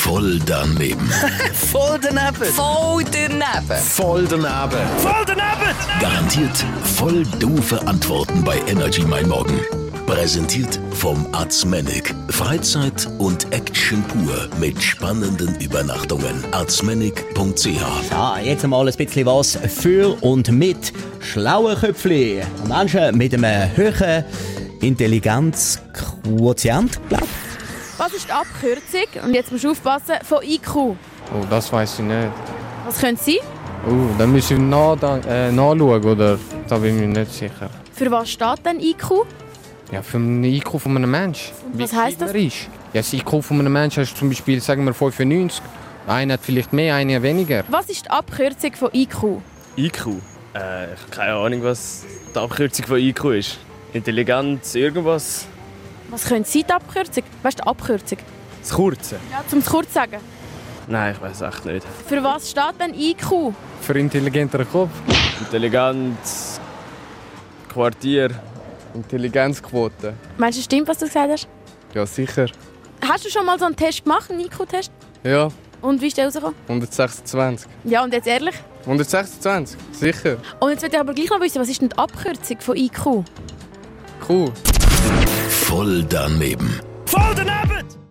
Voll daneben. Voll daneben. Voll daneben. Voll daneben. Voll daneben. Garantiert voll doofe Antworten bei Energy Mein Morgen. Präsentiert vom Arzmenig. Freizeit und Action pur mit spannenden Übernachtungen. arzmenig.ch. Ja, jetzt mal ein bisschen was für und mit schlauen Köpfli. Menschen mit einem hohen Intelligenzquotient. Was ist die Abkürzung, und jetzt musst du aufpassen, von IQ? Oh, das weiss ich nicht. Was könnte es sein? Da müssen wir nachschauen, oder? Da bin ich mir nicht sicher. Für was steht denn IQ? Ja, für den IQ von einem Menschen. Und was heisst das? Ja, das IQ von einem Menschen ist zum Beispiel, sagen wir, 95. Einer hat vielleicht mehr, einer weniger. Was ist die Abkürzung von IQ? IQ? Ich habe keine Ahnung, was die Abkürzung von IQ ist. Intelligenz, irgendwas? Was könnte sein, die Abkürzung? Weißt du, die Abkürzung? Das Kurze? Ja, zum es kurz zu sagen. Nein, ich weiß echt nicht. Für was steht denn IQ? Für intelligenteren Kopf. Intelligenz, Quartier. Intelligenzquote. Meinst du, stimmt, was du gesagt hast? Ja, sicher. Hast du schon mal so einen Test gemacht, einen IQ-Test? Ja, Und wie ist der rausgekommen? 126. Ja, und jetzt ehrlich? 126, sicher. Und jetzt will ich aber gleich noch wissen, was ist denn die Abkürzung von IQ? Cool. Voll daneben. Voll daneben.